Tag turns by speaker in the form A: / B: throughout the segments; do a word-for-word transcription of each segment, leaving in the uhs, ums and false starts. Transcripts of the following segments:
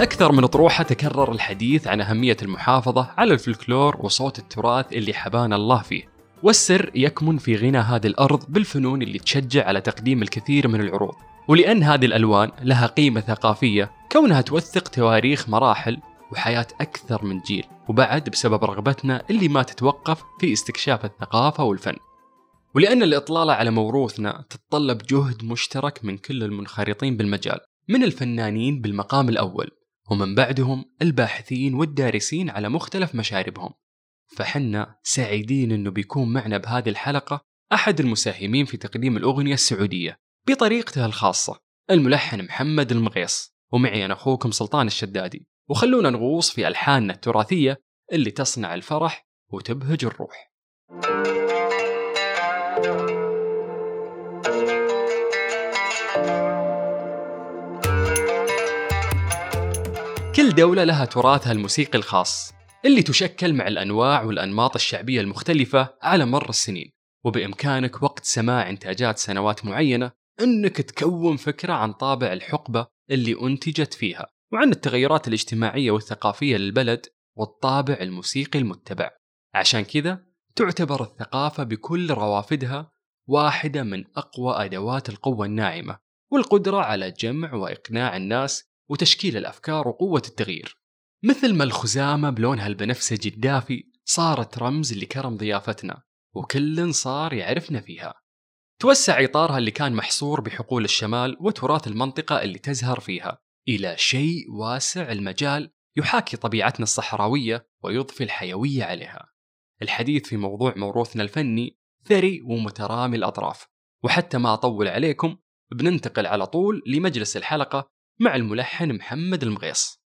A: في أكثر من أطروحة تكرر الحديث عن أهمية المحافظة على الفلكلور وصوت التراث اللي حبانا الله فيه، والسر يكمن في غنى هذه الأرض بالفنون اللي تشجع على تقديم الكثير من العروض. ولأن هذه الألوان لها قيمة ثقافية كونها توثق تواريخ مراحل وحياة أكثر من جيل، وبعد بسبب رغبتنا اللي ما تتوقف في استكشاف الثقافة والفن. ولأن الإطلالة على موروثنا تتطلب جهد مشترك من كل المنخرطين بالمجال، من الفنانين بالمقام الأول ومن بعدهم الباحثين والدارسين على مختلف مشاربهم. فحنا سعيدين أنه بيكون معنا بهذه الحلقة أحد المساهمين في تقديم الأغنية السعودية بطريقتها الخاصة، الملحن محمد المغيص، ومعي أنا أخوكم سلطان الشدادي. وخلونا نغوص في ألحاننا التراثية اللي تصنع الفرح وتبهج الروح. كل دولة لها تراثها الموسيقي الخاص اللي تشكل مع الأنواع والأنماط الشعبية المختلفة على مر السنين، وبإمكانك وقت سماع إنتاجات سنوات معينة أنك تكون فكرة عن طابع الحقبة اللي أنتجت فيها، وعن التغيرات الاجتماعية والثقافية للبلد والطابع الموسيقي المتبع. عشان كذا تعتبر الثقافة بكل روافدها واحدة من أقوى أدوات القوة الناعمة والقدرة على جمع وإقناع الناس وتشكيل الأفكار وقوة التغيير. مثل ما الخزامة بلونها البنفسجي الدافي صارت رمز لكرم ضيافتنا وكل صار يعرفنا فيها. توسع إطارها اللي كان محصور بحقول الشمال وتراث المنطقة اللي تزهر فيها إلى شيء واسع المجال يحاكي طبيعتنا الصحراوية ويضفي الحيوية عليها. الحديث في موضوع موروثنا الفني ثري ومترامي الأطراف، وحتى ما أطول عليكم بننتقل على طول لمجلس الحلقة مع الملحن محمد المغيص.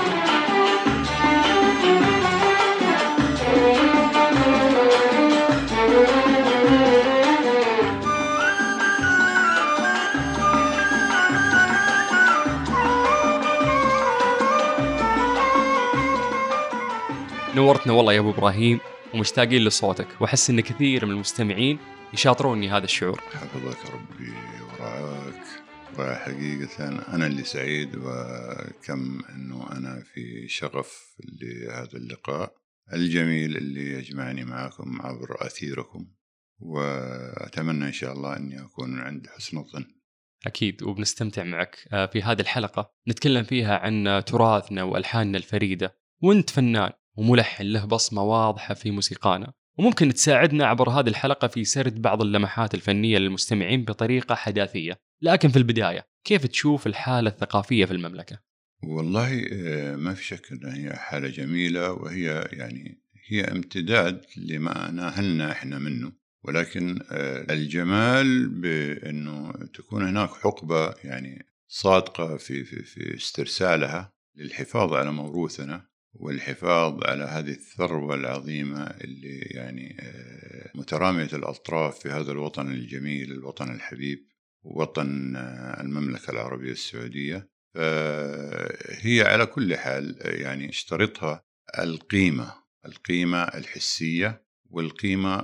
A: نورتنا والله يا أبو إبراهيم، ومشتاقين لصوتك، وأحس إن كثير من المستمعين يشاطروني هذا الشعور.
B: حفظك ربي ورعاك. وحقيقة أنا اللي سعيد، وكم أنه أنا في شغف لهذا اللقاء الجميل اللي يجمعني معكم عبر أثيركم، وأتمنى إن شاء الله أني أكون عند حسن الظن.
A: أكيد، وبنستمتع معك في هذه الحلقة نتكلم فيها عن تراثنا وألحاننا الفريدة، وانت فنان وملحن له بصمة واضحة في موسيقانا، وممكن تساعدنا عبر هذه الحلقة في سرد بعض اللمحات الفنية للمستمعين بطريقة حداثية. لكن في البداية، كيف تشوف الحالة الثقافية في المملكة؟
B: والله ما في شك أنها هي حالة جميلة، وهي يعني هي امتداد لما ناهلنا إحنا منه، ولكن الجمال بأنه تكون هناك حقبة يعني صادقة في, في, في استرسالها للحفاظ على موروثنا والحفاظ على هذه الثروة العظيمة اللي يعني مترامية الأطراف في هذا الوطن الجميل، الوطن الحبيب، وطن المملكة العربية السعودية. فهي على كل حال يعني اشترطها القيمة القيمة الحسية والقيمة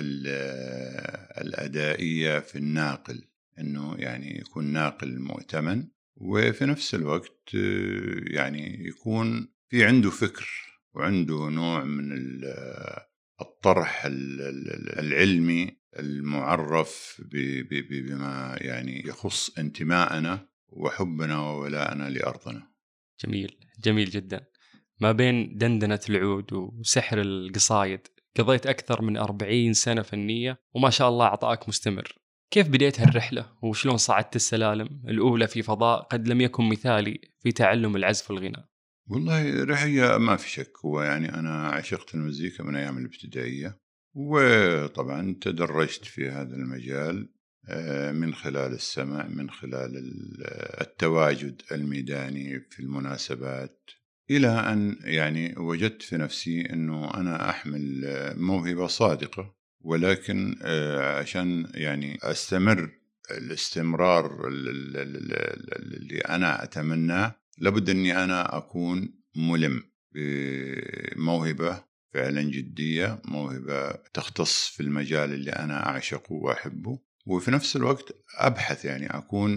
B: الأدائية في الناقل، أنه يعني يكون ناقل مؤتمن، وفي نفس الوقت يعني يكون في عنده فكر وعنده نوع من الطرح العلمي المعرف بما يعني يخص انتماءنا وحبنا وولاءنا لأرضنا.
A: جميل جميل جدا. ما بين دندنة العود وسحر القصايد قضيت أكثر من أربعين سنة فنية، وما شاء الله عطاءك مستمر. كيف بديت هالرحلة وشلون صعدت السلالم الأولى في فضاء قد لم يكن مثالي في تعلم العزف والغناء؟
B: والله رحية ما في شك، هو يعني أنا عشقت المزيكا من أيام الابتدائية، وطبعا تدرجت في هذا المجال من خلال السمع، من خلال التواجد الميداني في المناسبات، إلى أن يعني وجدت في نفسي أنه أنا أحمل موهبة صادقة، ولكن عشان يعني أستمر الاستمرار اللي أنا أتمناه لابد أني أنا أكون ملم بموهبة فعلا جدية، موهبة تختص في المجال اللي أنا أعشقه وأحبه، وفي نفس الوقت أبحث يعني أكون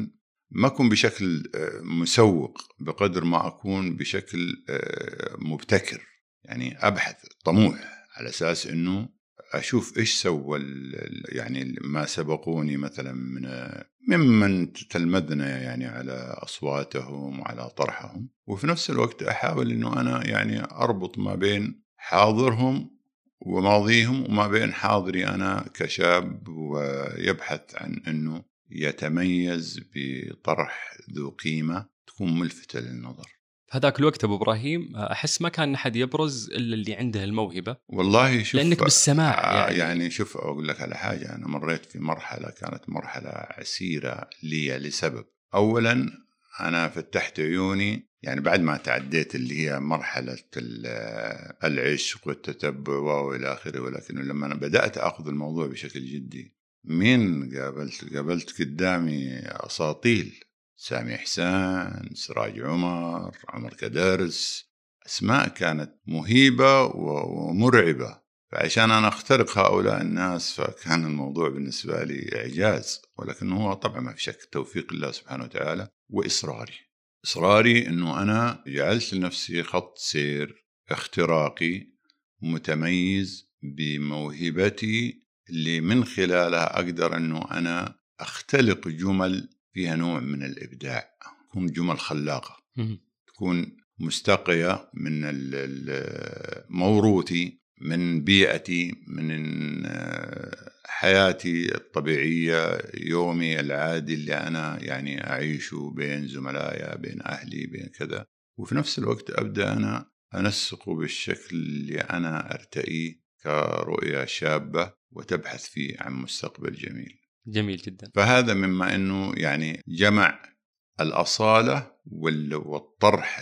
B: ما أكون بشكل مسوق بقدر ما أكون بشكل مبتكر، يعني أبحث طموح على أساس أنه أشوف إيش سوى يعني ما سبقوني مثلا من ممن تلمذنا يعني على أصواتهم وعلى طرحهم، وفي نفس الوقت أحاول أنه أنا يعني أربط ما بين حاضرهم وماضيهم وما بين حاضري أنا كشاب، ويبحث عن أنه يتميز بطرح ذو قيمة تكون ملفتة للنظر.
A: في هذاك الوقت أبو إبراهيم أحس ما كان أحد يبرز إلا اللي عنده الموهبة.
B: والله شوف،
A: لأنك بالسماع يعني,
B: يعني شوف أقول لك على حاجة، أنا مريت في مرحلة كانت مرحلة عسيرة لي لسبب. أولا أنا فتحت عيوني يعني بعد ما تعديت اللي هي مرحلة العشق والتتبع وإلى آخره، ولكن لما أنا بدأت أخذ الموضوع بشكل جدي، مين قابلت قابلت قدامي أساطيل، سامي حسان، سراج عمر، عمر كدارس، أسماء كانت مهيبة ومرعبة. فعشان أنا أخترق هؤلاء الناس فكان الموضوع بالنسبة لي إعجاز، ولكن هو طبعا ما في شك توفيق الله سبحانه وتعالى وإصراري. إصراري أنه أنا جعلت لنفسي خط سير اختراقي متميز بموهبتي اللي من خلالها أقدر أنه أنا أختلق جمل فيها نوع من الإبداع، تكون جمل خلاقة، تكون مستقية من موروثي، من بيئتي، من حياتي الطبيعية، يومي العادي اللي أنا يعني أعيشه بين زملائي، بين أهلي، بين كذا، وفي نفس الوقت أبدأ أنا أنسق بالشكل اللي أنا أرتئي كرؤية شابة وتبحث فيه عن مستقبل جميل.
A: جميل جدا.
B: فهذا مما أنه يعني جمع الأصالة والطرح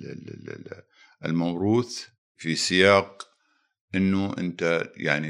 B: الموروث في سياق أنه أنت يعني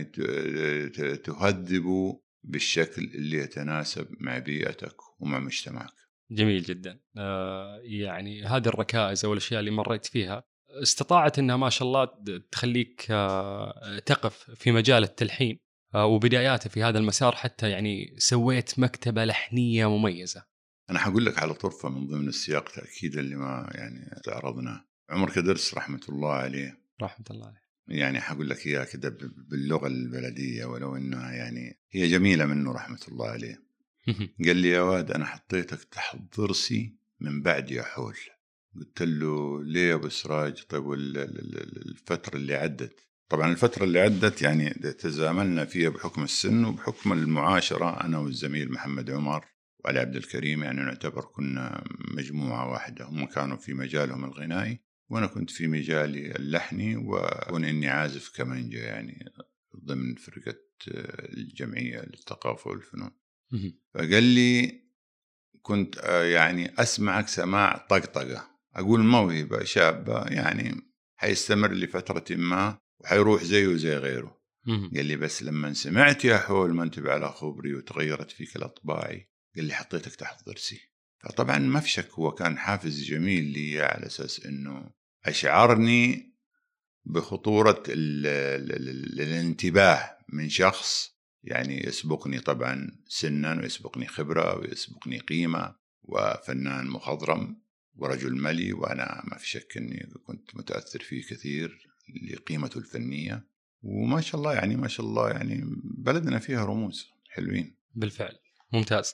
B: تهذبه بالشكل اللي يتناسب مع بيئتك ومع مجتمعك.
A: جميل جدا. آه يعني هذه الركائز أو الأشياء اللي مريت فيها استطاعت أنها ما شاء الله تخليك آه تقف في مجال التلحين آه وبداياته في هذا المسار، حتى يعني سويت مكتبة لحنية مميزة.
B: أنا حقول لك على طرفة من ضمن السياق تأكيدا لما يعني تعرضنا. عمر كدرس رحمة الله عليه،
A: رحمة الله عليه،
B: يعني حقول لك إياها كده باللغة البلدية ولو إنها يعني هي جميلة منه رحمة الله عليه. قال لي يا واد أنا حطيتك تحت ضرسي من بعد يا حول. قلت له ليه يا أبو سراج؟ طيب الفترة اللي عدت، طبعا الفترة اللي عدت يعني تزاملنا فيها بحكم السن وبحكم المعاشرة أنا والزميل محمد عمر وعلي عبد الكريم، يعني نعتبر كنا مجموعة واحدة، هم كانوا في مجالهم الغنائي وأنا كنت في مجالي اللحني، وكون إني عازف كمانجا يعني ضمن فرقة الجمعية للثقافة والفنون. فقال لي كنت يعني أسمعك سماع طقطقة، أقول موهبة شابة يعني حيستمر لفترة ما وحيروح زيه زي غيره. قال لي بس لما سمعت يا حول ما انتبه على خبري وتغيرت فيك الأطباعي، قال لي حطيتك تحت ضرسي. فطبعا ما في شك هو كان حافز جميل لي على أساس أنه أشعرني بخطورة ال ال ال الانتباه من شخص يعني يسبقني طبعا سنا ويسبقني خبرة ويسبقني قيمة وفنان مخضرم ورجل ملي، وأنا ما في شك أني كنت متأثر فيه كثير لقيمته الفنية. وما شاء الله يعني ما شاء الله يعني بلدنا فيها رموز حلوين
A: بالفعل. ممتاز.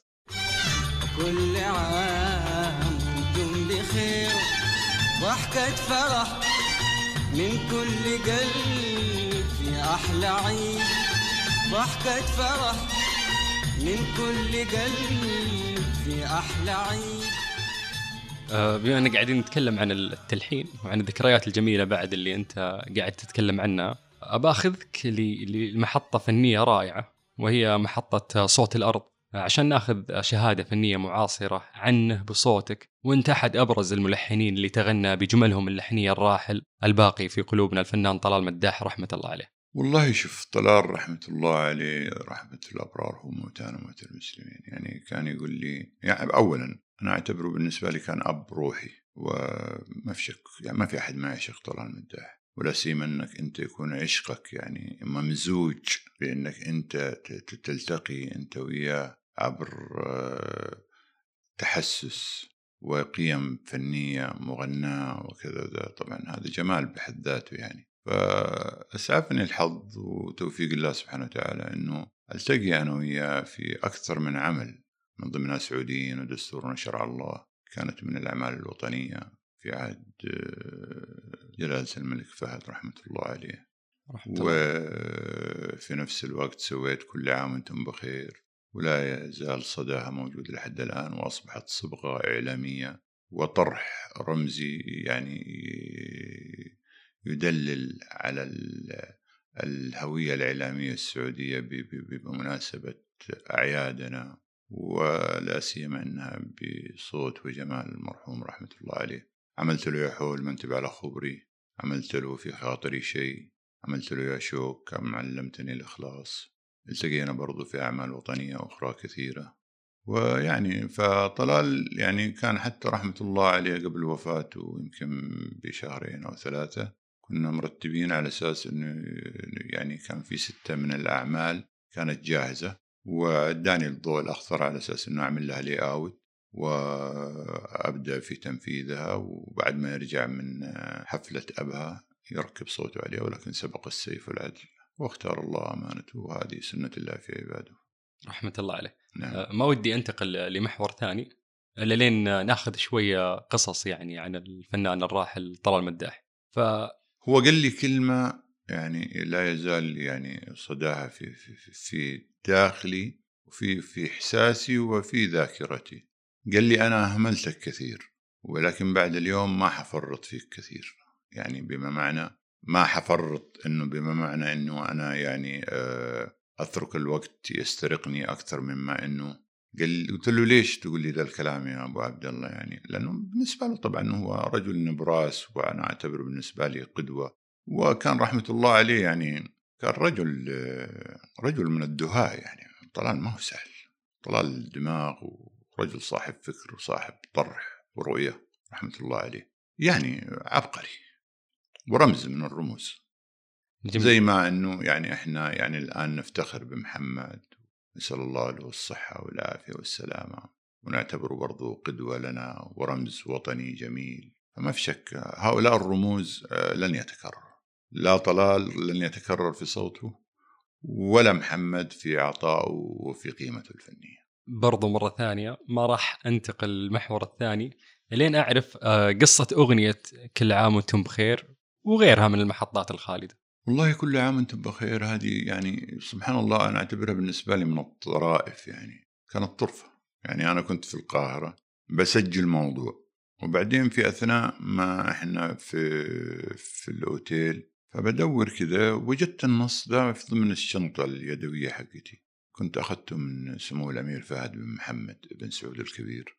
C: كل عام وانتم بخير، ضحكة فرح من كل قلب في أحلى عيد، ضحكة فرح من كل قلب في أحلى عيد.
A: آه بما أننا قاعدين نتكلم عن التلحين وعن الذكريات الجميلة بعد اللي أنت قاعد تتكلم عنها، أباخذك لمحطة فنية رائعة وهي محطة صوت الأرض، عشان ناخذ شهادة فنية معاصرة عنه بصوتك، وانت أحد أبرز الملحنين اللي تغنى بجملهم اللحنية الراحل الباقي في قلوبنا الفنان طلال مداح رحمة الله عليه.
B: والله شوف طلال رحمة الله عليه، رحمة الأبرار هو موتانا وموت المسلمين، يعني كان يقول لي يعني أولا أنا أعتبره بالنسبة لي كان أب روحي، وما في شك يعني ما في أحد ما يعشق طلال مداح، ولا سيما أنك أنت يكون عشقك يعني ممزوج بأنك أنت تلتقي أنت وياه عبر تحسس وقيم فنية مغناة وكذا، ده طبعا هذا جمال بحد ذاته يعني. فأسعفني الحظ وتوفيق الله سبحانه وتعالى أنه ألتقي أنا وياه في أكثر من عمل، من ضمنها سعوديين ودستورنا شرع الله، كانت من الأعمال الوطنية في عهد جلالة الملك فهد رحمة الله عليه. وفي نفس الوقت سويت كل عام وانتم بخير، ولا يزال صداها موجود لحد الآن، وأصبحت صبغة إعلامية وطرح رمزي يعني يدلل على الهوية الإعلامية السعودية بمناسبة أعيادنا، ولا سيما أنها بصوت وجمال المرحوم رحمة الله عليه. عملت له يحول من تبع خبري، عملت له في خاطري شيء، عملت له يا شوك كم علمتني الإخلاص. التقينا برضو في أعمال وطنية أخرى كثيرة. ويعني فطلال يعني كان حتى رحمة الله عليه قبل وفاته يمكن بشهرين أو ثلاثة كنا مرتبين على أساس أنه يعني كان في ستة من الأعمال كانت جاهزة، واداني الضوء الأخضر على أساس أنه أعمل لها لي أوت وأبدأ في تنفيذها، وبعد ما يرجع من حفلة أبها يركب صوته عليها، ولكن سبق السيف والعدل واختار الله أمانته، وهذه سنة الله في عباده
A: رحمة الله عليه.
B: نعم.
A: ما ودي أنتقل لمحور ثاني إلا لين ناخذ شوية قصص يعني عن الفنان الراحل طلال مداح.
B: فهو قال لي كلمة يعني لا يزال يعني صداها في في في داخلي وفي في إحساسي وفي ذاكرتي. قال لي أنا أهملتك كثير، ولكن بعد اليوم ما حفرط فيك كثير. يعني بما معنى ما حفرط إنه بما معنى إنه أنا يعني أترك الوقت يسترقني أكثر مما إنه قال. قلت له ليش تقول لي ذا الكلام يا أبو عبد الله؟ يعني لأنه بالنسبة له طبعا هو رجل نبراس، وأنا أعتبره بالنسبة لي قدوة، وكان رحمة الله عليه يعني كان رجل رجل من الدهاء. يعني طلال ما هو سهل، طلال دماغ ورجل صاحب فكر وصاحب طرح ورؤية رحمة الله عليه، يعني عبقري ورمز من الرموز. جميل. زي ما أنه يعني إحنا يعني الآن نفتخر بمحمد، نسأل الله له الصحة والعافية والسلامة، ونعتبره برضو قدوة لنا ورمز وطني جميل. فما في شك هؤلاء الرموز لن يتكرر، لا طلال لن يتكرر في صوته، ولا محمد في عطائه وفي قيمته الفنية.
A: برضو مرة ثانية ما راح أنتقل المحور الثاني لين أعرف قصة أغنية كل عام وانتم بخير وغيرها من المحطات الخالدة.
B: والله كل عام وانتم بخير هذه يعني سبحان الله أنا أعتبرها بالنسبة لي من الطرائف، يعني كانت طرفة. يعني أنا كنت في القاهرة بسجل موضوع، وبعدين في أثناء ما إحنا في في الأوتيل فبدور كذا وجدت النص ده في ضمن الشنطة اليدوية حقتي، كنت أخذته من سمو الأمير فهد بن محمد بن سعود الكبير.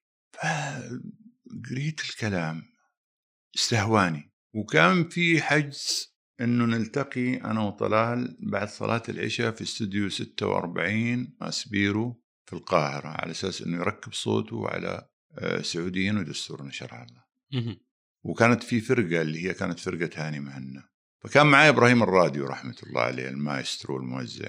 B: فقريت الكلام استهواني، وكان في حجز إنه نلتقي أنا وطلال بعد صلاة العشاء في استوديو ستة وأربعين أسبيرو في القاهرة، على أساس إنه يركب صوته على سعوديين ودستورنا شرع الله. وكانت في فرقة اللي هي كانت فرقة هاني مهنا، فكان معي إبراهيم الراديو رحمة الله عليه المايسترو الموزع.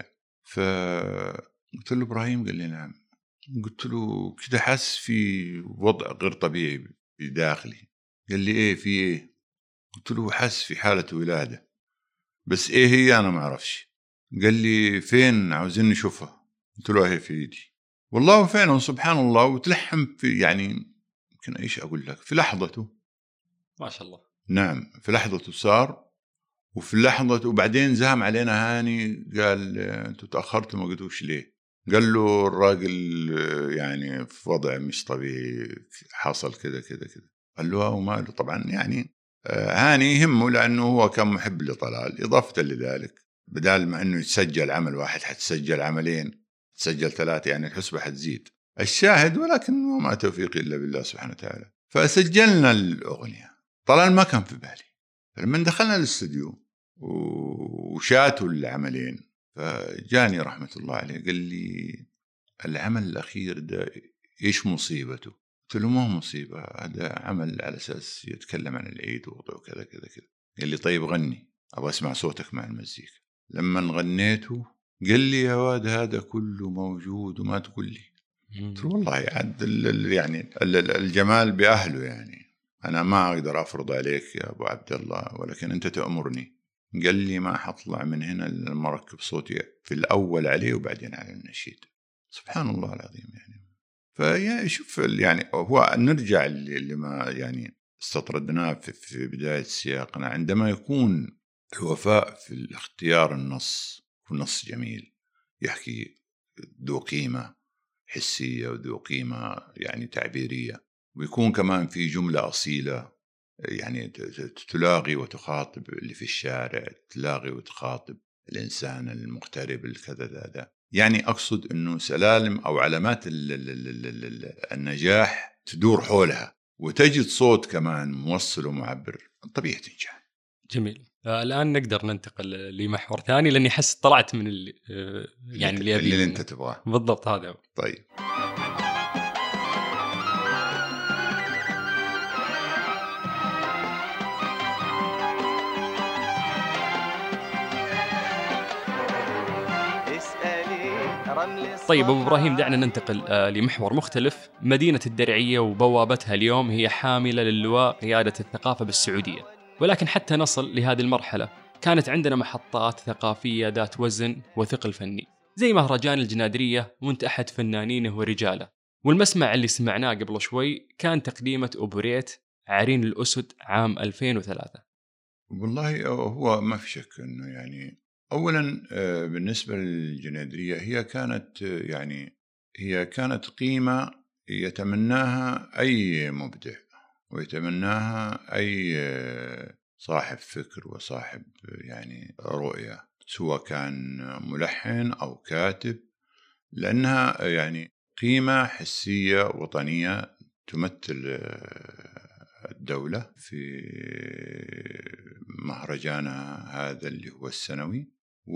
B: فقلت له إبراهيم، قال لي نعم. قلت له كده حس في وضع غير طبيعي بداخلي. قال لي إيه في إيه؟ قلت له حس في حالة ولادة، بس إيه هي أنا ما أعرفش. قال لي فين عاوزين نشوفها؟ قلت له هي في إيدي. والله فعلا سبحان الله، وتلحم في يعني يمكن إيش أقول لك في لحظته
A: ما شاء الله.
B: نعم في لحظته صار، وفي لحظة وبعدين زهم علينا هاني قال أنتوا تأخرتوا ما قلتوش ليه؟ قال له الراجل يعني في وضع مش طبيعي حصل كذا كذا كذا. قال له وماله. طبعا يعني هاني يهمه لأنه هو كان محب لطلال، إضافة لذلك بدال ما أنه يتسجل عمل واحد حتسجل عملين، تسجل ثلاثة، يعني الحسبة حتزيد الشاهد. ولكن ما توفيق إلا بالله سبحانه وتعالى. فسجلنا الأغنية. طلال ما كان في بالي. لما دخلنا الاستوديو وشاتوا العملين فجاني رحمة الله عليه قال لي العمل الأخير ده إيش مصيبته؟ قلت له ما هو مصيبة، هذا عمل على أساس يتكلم عن العيد ووضعه كذا كذا كذا. قال لي طيب غني، أبغى أسمع صوتك مع المزيكا. لما غنيته قال لي يا واد هذا كله موجود وما تقول لي. والله عاد يعني الجمال بأهله، يعني أنا ما أقدر أفرض عليك يا أبو عبد الله، ولكن أنت تأمرني. قال لي ما حطلع من هنا المركب صوتي في الأول عليه وبعدين على النشيد. سبحان الله العظيم. يعني فيعني شوف، يعني هو نرجع لما يعني استطردناه في بداية سياقنا، عندما يكون الوفاء في الاختيار النص، والنص جميل يحكي ذو قيمة حسية وذو قيمة يعني تعبيرية، ويكون كمان في جملة أصيلة يعني تلاغي وتخاطب اللي في الشارع، تلاغي وتخاطب الإنسان المغترب الكذا ذا. يعني أقصد أنه سلالم أو علامات النجاح تدور حولها، وتجد صوت كمان موصل ومعبر، طبيعي تنجح.
A: جميل. آه الآن نقدر ننتقل لمحور ثاني، لأني حس طلعت من اللي آه يعني اللي,
B: اللي, اللي أنت تبغاه
A: بالضبط. هذا هو.
B: طيب
A: طيب أبو إبراهيم، دعنا ننتقل آه لمحور مختلف. مدينة الدرعية وبوابتها اليوم هي حاملة للواء قيادة الثقافة بالسعودية، ولكن حتى نصل لهذه المرحلة كانت عندنا محطات ثقافية ذات وزن وثقل فني، زي مهرجان الجنادرية وانت أحد فنانينه ورجاله. والمسمع اللي سمعناه قبل شوي كان تقديمة أوبريت عرين الأسد عام ألفين وثلاثة.
B: والله هو ما في شك أنه يعني أولا بالنسبة للجنادرية هي كانت يعني هي كانت قيمة يتمناها أي مبدع ويتمناها أي صاحب فكر وصاحب يعني رؤية، سواء كان ملحن أو كاتب، لأنها يعني قيمة حسية وطنية تمثل الدولة في مهرجانها هذا اللي هو السنوي.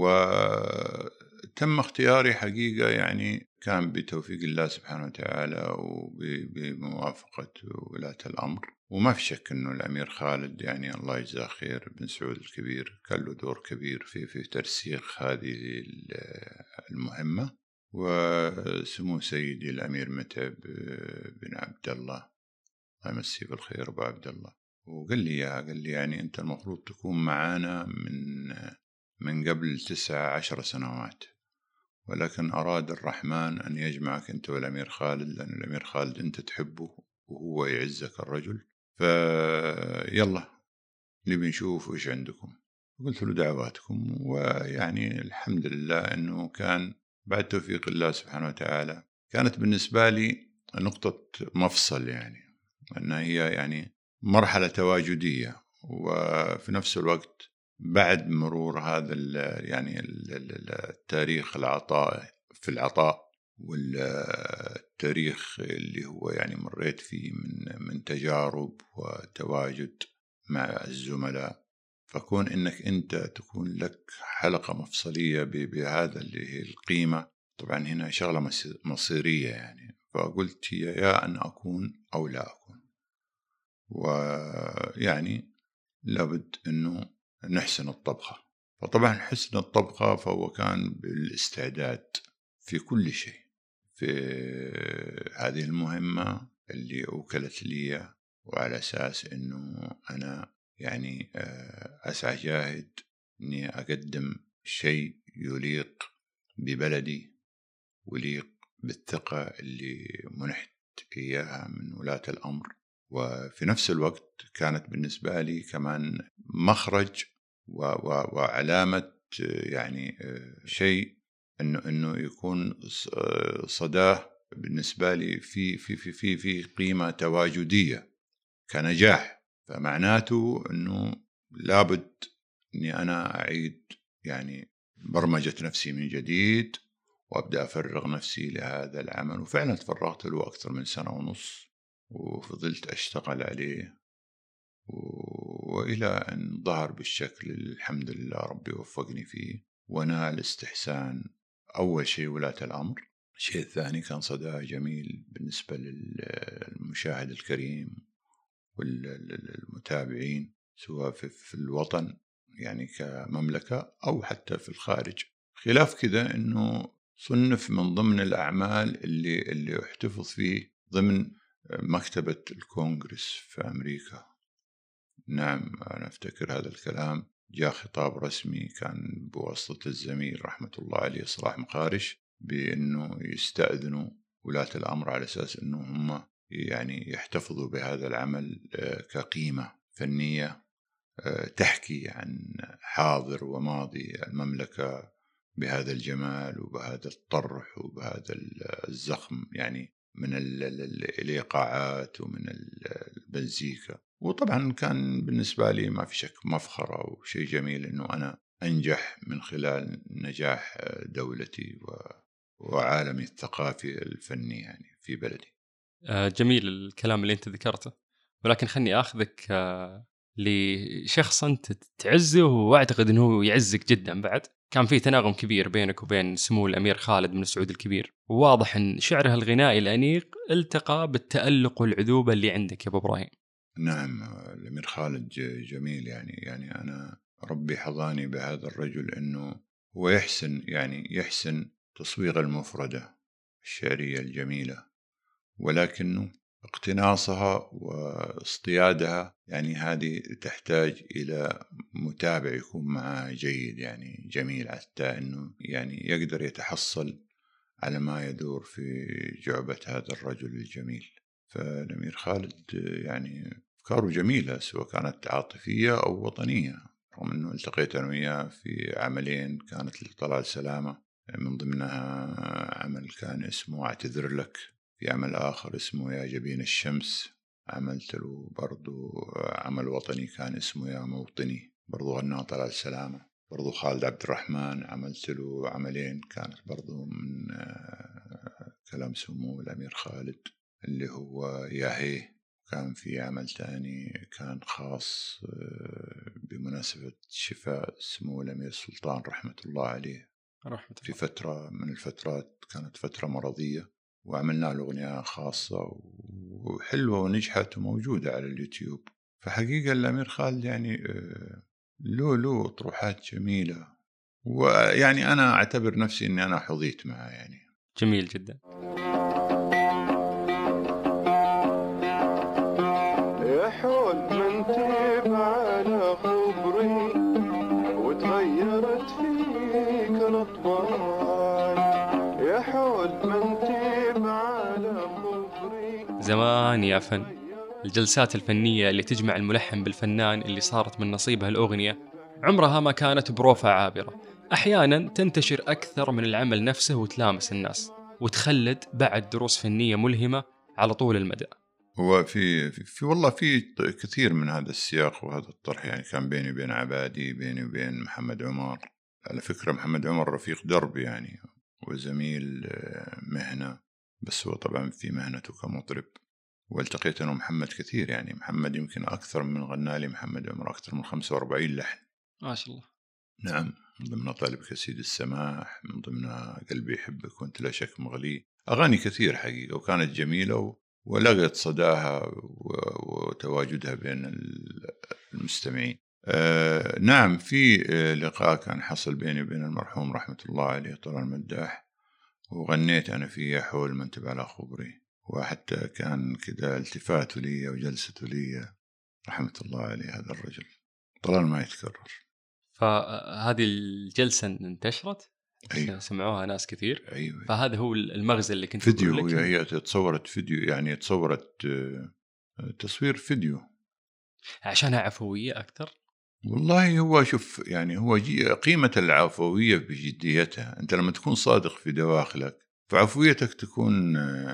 B: وتم اختياري حقيقة يعني كان بتوفيق الله سبحانه وتعالى وبموافقة ولاة الأمر، وما في شك أنه الأمير خالد يعني الله يجزاه خير بن سعود الكبير كان له دور كبير في في ترسيخ هذه المهمة. وسمو سيدي الأمير متعب بن عبد الله الله يمسيه بالخير أبو عبد الله، وقال لي يا قال لي يعني أنت المفروض تكون معانا من من قبل تسع عشر سنوات، ولكن أراد الرحمن أن يجمعك أنت والأمير خالد، لأن الأمير خالد أنت تحبه وهو يعزك الرجل، فيلا نبي نشوف إيش عندكم. قلت له دعواتكم. ويعني الحمد لله أنه كان بعد توفيق الله سبحانه وتعالى كانت بالنسبة لي نقطة مفصل، يعني أنها هي يعني مرحلة تواجدية، وفي نفس الوقت بعد مرور هذا يعني التاريخ العطاء في العطاء والتاريخ اللي هو يعني مريت فيه من من تجارب وتواجد مع الزملاء، فكون إنك أنت تكون لك حلقة مفصلية بهذا اللي هي القيمة، طبعا هنا شغلة مصيرية يعني. فقلت هي يا أن أكون أو لا أكون، ويعني لابد أنه نحسن الطبخة. فطبعا حسن الطبخة فهو كان بالاستعداد في كل شيء في هذه المهمة اللي أوكلت لي، وعلى أساس أنه أنا يعني أسعى جاهد أني أقدم شيء يليق ببلدي ويليق بالثقة اللي منحت إياها من ولاة الأمر. وفي نفس الوقت كانت بالنسبة لي كمان مخرج وعلامة يعني شيء إنه إنه يكون صداه بالنسبة لي في في في في في قيمة تواجدية كنجاح. فمعناته إنه لابد إني أنا أعيد يعني برمجة نفسي من جديد وأبدأ أفرغ نفسي لهذا العمل. وفعلا تفرغت له أكثر من سنة ونص وفضلت أشتغل عليه، وإلى أن ظهر بالشكل الحمد لله ربي وفقني فيه ونال استحسان أول شيء ولاة الأمر. الشيء الثاني كان صدى جميل بالنسبة للمشاهد الكريم والمتابعين سواء في الوطن يعني كمملكة أو حتى في الخارج. خلاف كذا أنه صنف من ضمن الأعمال اللي اللي احتفظ فيه ضمن مكتبة الكونغرس في أمريكا. نعم أنا أفتكر هذا الكلام، جاء خطاب رسمي كان بواسطة الزميل رحمة الله عليه صلاح مقارش بأنه يستأذنوا ولاة الأمر على أساس أنه هم يعني يحتفظوا بهذا العمل كقيمة فنية تحكي عن حاضر وماضي المملكة بهذا الجمال وبهذا الطرح وبهذا الزخم، يعني من الإيقاعات ومن البنزيكا. وطبعا كان بالنسبة لي ما في شك مفخرة وشيء جميل أنه أنا أنجح من خلال نجاح دولتي وعالمي الثقافي الفني يعني في بلدي.
A: جميل الكلام اللي أنت ذكرته، ولكن خلني أخذك لشخص أنت تعزه وأعتقد أنه يعزك جدا. بعد كان في تناغم كبير بينك وبين سمو الأمير خالد بن سعود الكبير، وواضح أن شعره الغنائي الأنيق التقى بالتألق والعذوبة اللي عندك يا أبو إبراهيم.
B: نعم الأمير خالد جميل، يعني يعني أنا ربي حظاني بهذا الرجل أنه هو يحسن يعني يحسن تصوير المفردة الشعرية الجميلة، ولكنه اقتناصها واصطيادها يعني هذه تحتاج إلى متابع يكون معه جيد يعني جميل، حتى أنه يعني يقدر يتحصل على ما يدور في جعبة هذا الرجل الجميل. فالأمير خالد يعني أفكاره جميلة سواء كانت عاطفية أو وطنية، رغم أنه التقيت أنا وياه في عملين كانت لطلال سلامة، من ضمنها عمل كان اسمه أعتذر لك، في عمل آخر اسمه يا جبين الشمس عملت له برضو عمل وطني كان اسمه يا موطني، برضو غناه طلال سلامة. برضو خالد عبد الرحمن عملت له عملين كانت برضو من كلام سمو الأمير خالد اللي هو يا هي. كان في عمل تاني كان خاص بمناسبة شفاء سمو الأمير سلطان رحمة الله عليه
A: رحمة
B: في فترة من الفترات كانت فترة مرضية، وعملنا له أغنية خاصة وحلوة ونجحت وموجودة على اليوتيوب. فحقيقة الأمير خالد يعني له له طروحات جميلة، ويعني أنا أعتبر نفسي أني أنا حظيت معه يعني.
A: جميل جدا.
D: يا حول من تيب على خبري وتغيرت فيك الأطوار، يا حول من تيب على خبري.
A: زمان يا فن، الجلسات الفنية اللي تجمع الملحن بالفنان اللي صارت من نصيبها الأغنية عمرها ما كانت بروفة عابرة، أحيانا تنتشر أكثر من العمل نفسه وتلامس الناس وتخلد بعد دروس فنية ملهمة على طول المدى.
B: هو في, في, في والله في كثير من هذا السياق وهذا الطرح، يعني كان بيني وبين عبادي، بيني وبين محمد عمر. على فكرة محمد عمر رفيق درب يعني وزميل مهنة، بس هو طبعا في مهنته كمطرب، والتقيت أنا ومحمد كثير، يعني محمد يمكن أكثر من غنالي محمد عمر أكثر من خمسة وأربعين لحن
A: ما شاء الله.
B: نعم، من ضمن طالبك سيد السماح، من ضمن قلبي يحبك وانت لا شك مغلي، أغاني كثير حقيقة وكانت جميلة ولقت صداها وتواجدها بين المستمعين. آه نعم في لقاء كان حصل بيني وبين المرحوم رحمة الله عليه طلال مداح، وغنيت أنا فيه حول من تبع على خبري، وحتى كان كده التفاته لي وجلسته لي رحمة الله عليه. هذا الرجل طلال ما يتكرر.
A: فهذه الجلسة انتشرت،
B: أيوة.
A: سمعوها ناس كثير.
B: أيوة.
A: فهذا هو المغزى اللي كنت
B: فيديو، هي هي تصورت فيديو، يعني تصورت تصوير فيديو
A: عشانها عفوية أكثر.
B: والله هو شوف يعني هو قيمة العفوية بجديتها، أنت لما تكون صادق في دواخلك فعفويتك تكون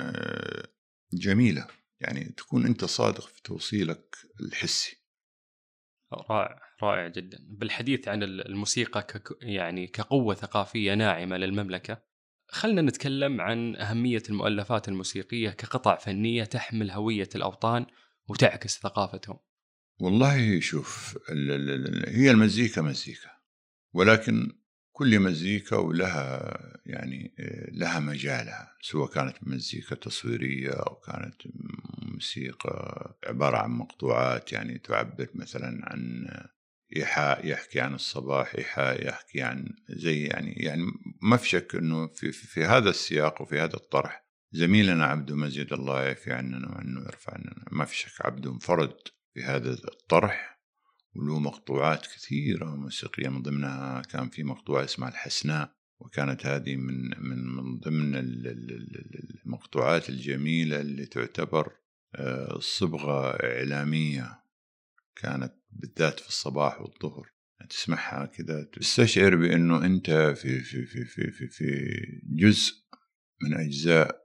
B: جميلة، يعني تكون أنت صادق في توصيلك الحسي.
A: رائع رائع جدا. بالحديث عن الموسيقى ك يعني كقوة ثقافية ناعمة للمملكة، خلنا نتكلم عن أهمية المؤلفات الموسيقية كقطع فنية تحمل هوية الأوطان وتعكس ثقافتهم.
B: والله شوف هي المزيكا مزيكا، ولكن كل مزيكا ولها يعني لها مجالها، سواء كانت مزيكا تصويرية أو كانت موسيقى عبارة عن مقطوعات يعني تعبر مثلا عن إيحاء يحكي عن الصباح، إيحاء يحكي عن زي يعني يعني ما في شك أنه في, في, في هذا السياق وفي هذا الطرح زميلنا عبدو مزيد الله يعفي عننا وأنه يرفع عننا، ما في شك عبدو انفرد في هذا الطرح، وله مقطوعات كثيرة موسيقية، من ضمنها كان في مقطوعة اسمها الحسناء، وكانت هذه من من من ضمن المقطوعات الجميلة اللي تعتبر صبغة إعلامية، كانت بالذات في الصباح والظهر تسمعها كذا تستشعر بأنه أنت في في في في في, في جزء من أجزاء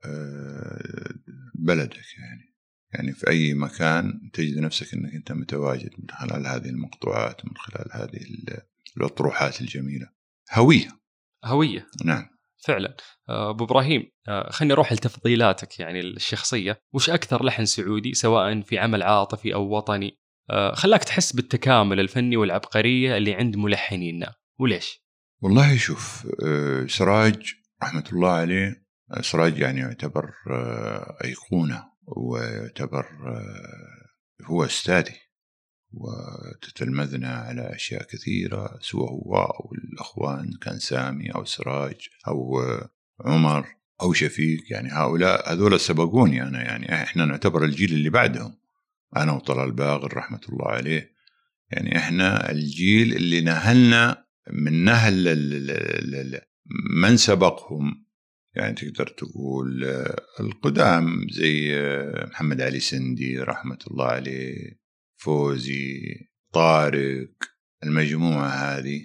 B: بلدك، يعني يعني في أي مكان تجد نفسك أنك أنت متواجد من خلال هذه المقطوعات، من خلال هذه الأطروحات الجميلة. هوية
A: هوية
B: نعم
A: فعلا. أبو إبراهيم، خلني أروح لتفضيلاتك يعني الشخصية. وش أكثر لحن سعودي سواء في عمل عاطفي أو وطني خلاك تحس بالتكامل الفني والعبقرية اللي عند ملحنينا، وليش؟
B: والله شوف، سراج رحمة الله عليه، سراج يعني يعتبر أيقونة، ويعتبر هو أستاذي، وتتلمذنا على أشياء كثيرة سواء هو أو الأخوان، كان سامي أو سراج أو عمر أو شفيق، يعني هؤلاء هذول سبقوني أنا، يعني إحنا نعتبر الجيل اللي بعدهم، أنا وطلال باغر رحمة الله عليه، يعني إحنا الجيل اللي نهلنا من نهل من سبقهم، يعني تقدر تقول القدام زي محمد علي سندي رحمة الله عليه، فوزي، طارق، المجموعة هذه.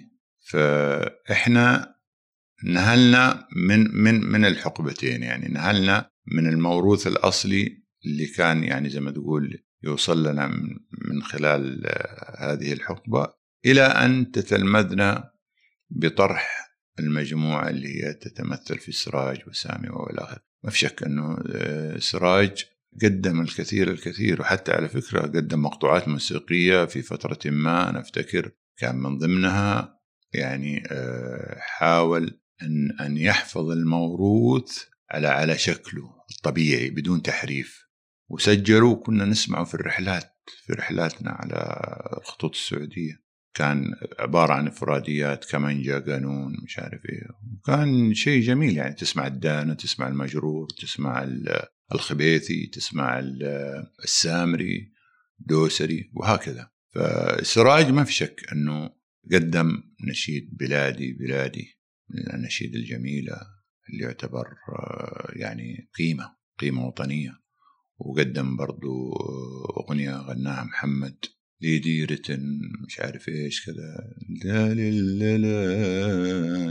B: فإحنا نهلنا من من من الحقبتين، يعني نهلنا من الموروث الأصلي اللي كان يعني زي ما تقول يوصل لنا من خلال هذه الحقبة، إلى أن تتلمذنا بطرح المجموعة اللي هي تتمثل في سراج وسامي والآخر. ما في شك أنه سراج قدم الكثير الكثير، وحتى على فكرة قدم مقطوعات موسيقية في فترة ما أنا أفتكر كان من ضمنها يعني حاول أن أن يحفظ الموروث على على شكله الطبيعي بدون تحريف، وسجلوا وكنا نسمعه في الرحلات في رحلاتنا على الخطوط السعودية، كان عبارة عن إفراديات كمانجا قانون مش عارف إيه، وكان شيء جميل، يعني تسمع الدانة، تسمع المجرور، تسمع الخبيثي، تسمع السامري، دوسري، وهكذا. فسراج ما في شك أنه قدم نشيد بلادي بلادي من النشيد الجميلة اللي يعتبر يعني قيمة قيمة وطنية، وقدم برضو أغنية غناها محمد لديرة مش عارف إيش كذا، لا لا لا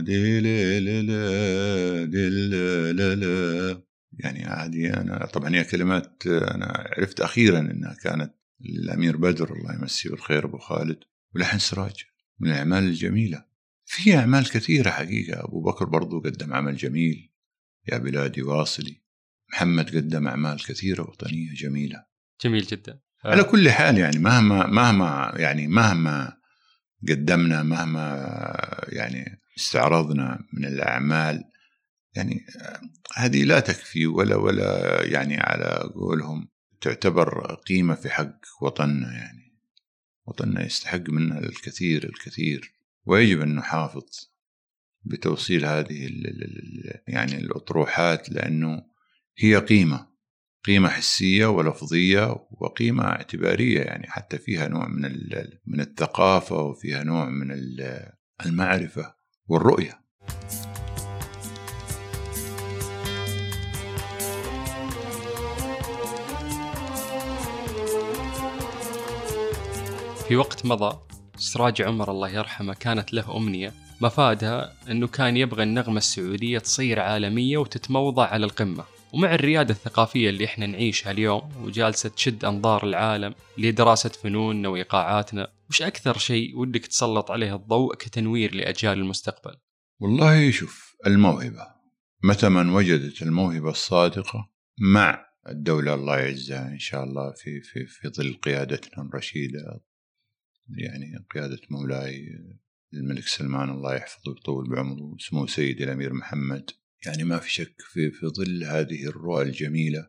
B: لا لا لا، يعني هذه أنا طبعا هي كلمات أنا عرفت أخيرا أنها كانت الأمير بدر الله يمسيه بالخير أبو خالد، ولحن سراج من الأعمال الجميلة. في أعمال كثيرة حقيقة، أبو بكر برضو قدم عمل جميل، يا بلادي واصلي، محمد قدم أعمال كثيرة وطنية جميلة.
A: جميل جدا.
B: على كل حال يعني مهما مهما يعني مهما قدمنا، مهما يعني استعرضنا من الأعمال، يعني هذه لا تكفي ولا ولا يعني على قولهم تعتبر قيمة في حق وطننا، يعني وطننا يستحق منها الكثير الكثير، ويجب أن نحافظ بتوصيل هذه يعني الأطروحات، لأنه هي قيمة قيمة حسية ولفظية وقيمة اعتبارية، يعني حتى فيها نوع من من الثقافة، وفيها نوع من المعرفة والرؤية.
A: في وقت مضى سراج عمر الله يرحمه كانت له أمنية مفادها أنه كان يبغى النغمة السعودية تصير عالمية وتتموضع على القمة. ومع الريادة الثقافية اللي احنا نعيشها اليوم وجالسة تشد أنظار العالم لدراسة فنوننا وإيقاعاتنا، وش أكثر شيء ودك تسلط عليه الضوء كتنوير لأجيال المستقبل؟
B: والله شوف، الموهبة متى من وجدت الموهبة الصادقة مع الدولة الله يعزها إن شاء الله في في في ظل قيادتنا الرشيدة، يعني قيادة مولاي الملك سلمان الله يحفظه ويطول بعمره، سمو سيدي الأمير محمد، يعني ما في شك في في ظل هذه الرؤى الجميلة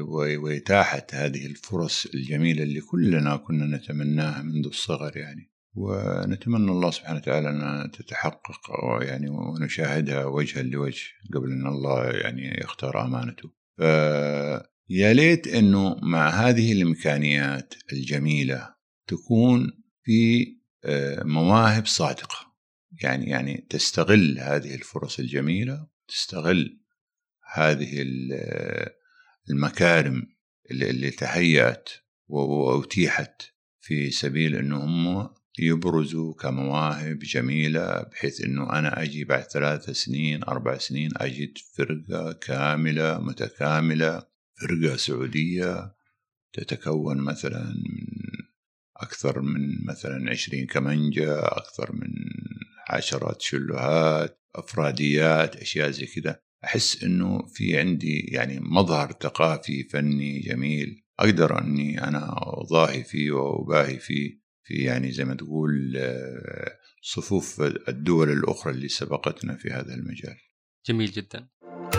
B: وإتاحة هذه الفرص الجميلة اللي كلنا كنا نتمناها منذ الصغر، يعني ونتمنى الله سبحانه وتعالى أن تتحقق يعني ونشاهدها وجها لوجه قبل أن الله يعني يختار أمانته. فيا ليت أنه مع هذه الإمكانيات الجميلة تكون في مواهب صادقة، يعني يعني تستغل هذه الفرص الجميلة، تستغل هذه المكارم اللي, اللي تهيأت وأتيحت في سبيل أنهم يبرزوا كمواهب جميلة، بحيث أنه أنا أجي بعد ثلاث سنين أربع سنين أجد فرقة كاملة متكاملة، فرقة سعودية تتكون مثلا من أكثر من مثلا عشرين كمنجة، أكثر من عشرات شلوهات، أفراديات، أشياء زي كده. أحس أنه في عندي يعني مظهر ثقافي فني جميل أقدر أني أنا أضاهي فيه وأباهي فيه في يعني زي ما تقول صفوف الدول الأخرى اللي سبقتنا في هذا المجال.
A: جميل جدا.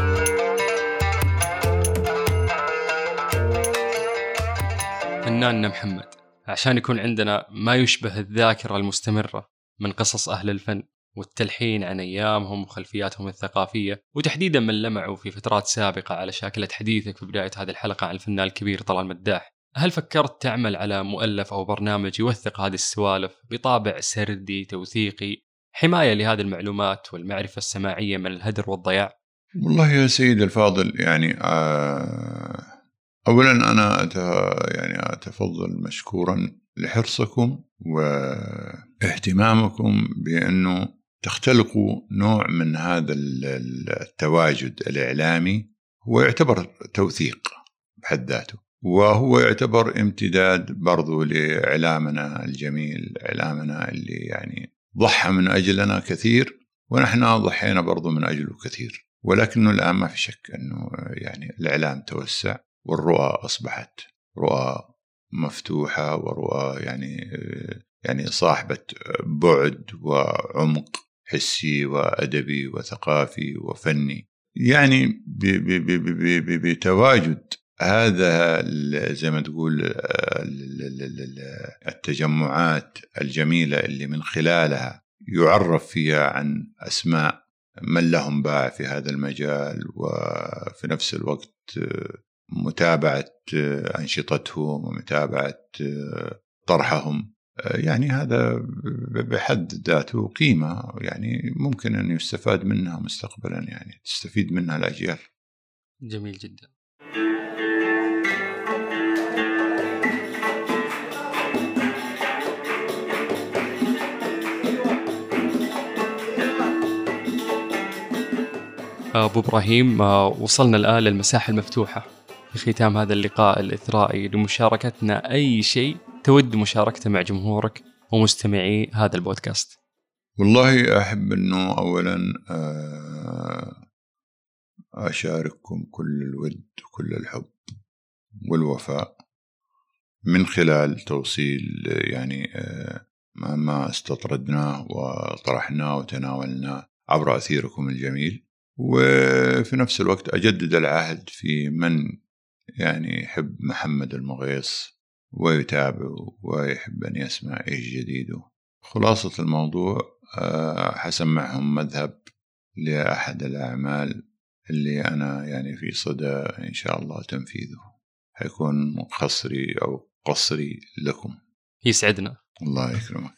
A: فناننا محمد، عشان يكون عندنا ما يشبه الذاكرة المستمرة من قصص أهل الفن والتلحين عن أيامهم وخلفياتهم الثقافية، وتحديدا من لمعوا في فترات سابقة على شاكلة حديثك في بداية هذه الحلقة عن الفنان الكبير طلال مداح، هل فكرت تعمل على مؤلف أو برنامج يوثق هذه السوالف بطابع سردي توثيقي، حماية لهذه المعلومات والمعرفة السماعية من الهدر والضياع؟
B: والله يا سيد الفاضل، يعني أولا أنا يعني أتفضل مشكورا لحرصكم واهتمامكم بأنه تختلقوا نوع من هذا التواجد الإعلامي، هو يعتبر توثيق بحد ذاته، وهو يعتبر امتداد برضو لإعلامنا الجميل، إعلامنا اللي يعني ضحى من أجلنا كثير ونحن ضحينا برضو من أجله كثير. ولكنه الآن ما في شك أنه يعني الإعلام توسع والرؤى أصبحت رؤى مفتوحة ورؤى يعني يعني صاحبة بعد وعمق حسي وأدبي وثقافي وفني، يعني بتواجد هذا زي ما تقول التجمعات الجميلة اللي من خلالها يعرف فيها عن أسماء من لهم باع في هذا المجال، وفي نفس الوقت متابعة أنشطتهم ومتابعة طرحهم. يعني هذا بحد ذاته قيمة يعني ممكن أن يستفاد منها مستقبلا، يعني تستفيد منها الأجيال.
A: جميل جدا. أبو إبراهيم، وصلنا الآن للمساحة المفتوحة في ختام هذا اللقاء الإثرائي لمشاركتنا أي شيء تود مشاركته مع جمهورك ومستمعي هذا البودكاست.
B: والله أحب أنه أولا أشارككم كل الود وكل الحب والوفاء من خلال توصيل يعني ما استطردناه وطرحناه وتناولناه عبر أثيركم الجميل، وفي نفس الوقت أجدد العهد في من يعني يحب محمد المغيث ويتابع ويحب أن يسمع إيش جديده. خلاصة الموضوع حسمعهم مذهب لأحد الأعمال اللي أنا يعني في صدى إن شاء الله تنفيذه، حيكون قصري أو قصري لكم.
A: يسعدنا.
B: الله يكرمك.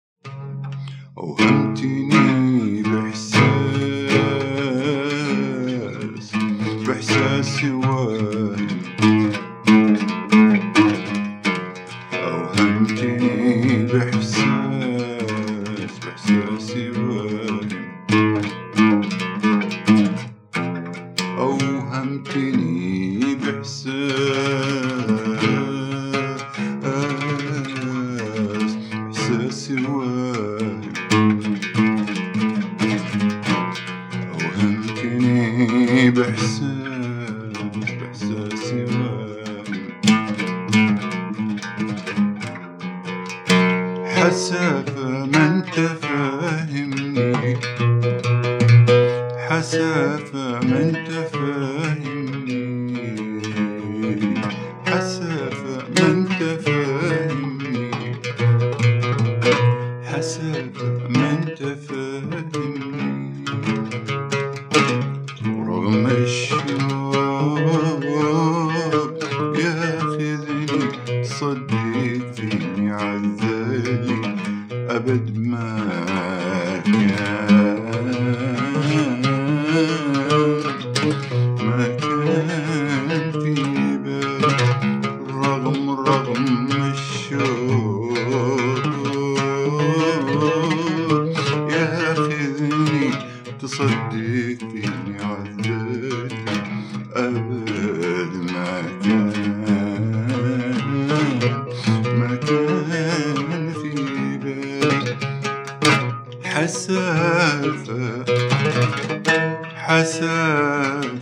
B: أوهمتني بإحساس بإحساس وهم، أوهمتني بإحساس بإحساس وهم، أوهمتني بإحساس بإحساس وهم، أوهمتني بإحساس بإحساس وهم، حسب ما انت فاهمني، حسب ما انت فاهمني، حسب ما انت فاهمني، تصدق فيني عذبت أبد ما كان ما كان في بالي حسافة حسافة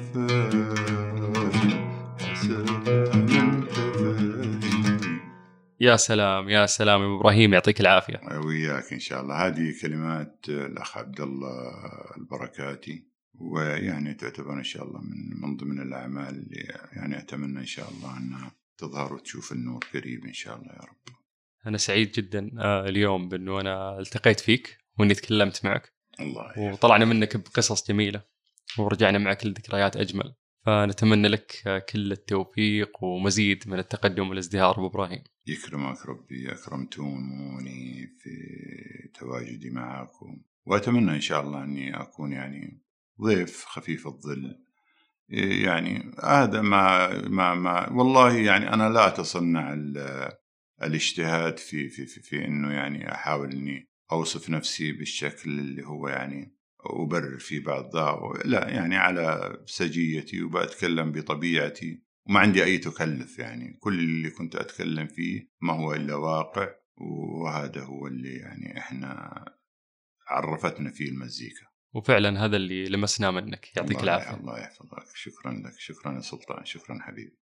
A: يا سلام يا سلام يا إبراهيم، يعطيك العافية.
B: وياك إن شاء الله. هذه كلمات الأخ عبد الله البركاتي، ويعني تعتبر إن شاء الله من من ضمن الأعمال اللي يعني أتمنى إن شاء الله أنها تظهر وتشوف النور قريب إن شاء الله يا رب.
A: أنا سعيد جدا اليوم بأنه أنا التقيت فيك وإني تكلمت معك،
B: الله
A: وطلعنا منك بقصص جميلة ورجعنا معك لذكريات أجمل. فنتمنى لك كل التوفيق ومزيد من التقدم والازدهار أبو إبراهيم.
B: يكرمك ربي، أكرمتوني في تواجدي معكم، وأتمنى إن شاء الله أني أكون يعني ضيف خفيف الظل. يعني هذا ما ما ما والله يعني أنا لا أتصنع الاجتهاد في في في, في إنه يعني أحاول إني أوصف نفسي بالشكل اللي هو يعني أبرر في بعض ذا، لا يعني على سجيتي وبأتكلم بطبيعتي وما عندي أي تكلف. يعني كل اللي كنت أتكلم فيه ما هو إلا واقع، وهذا هو اللي يعني إحنا عرفتنا فيه المزيكا،
A: وفعلا هذا اللي لمسنا منك. يعطيك العافية.
B: الله يحفظك. شكرا لك، شكرا يا سلطان، شكرا حبيبي.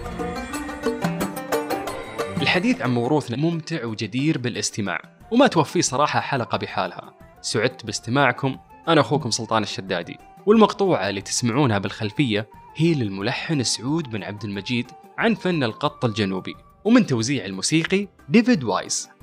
A: الحديث عن موروثنا ممتع وجدير بالاستماع، وما توفيه صراحة حلقة بحالها. سعدت باستماعكم. أنا أخوكم سلطان الشدادي، والمقطوعة اللي تسمعونها بالخلفية هي للملحن سعود بن عبد المجيد عن فن القط الجنوبي، ومن توزيع الموسيقي ديفيد وايز.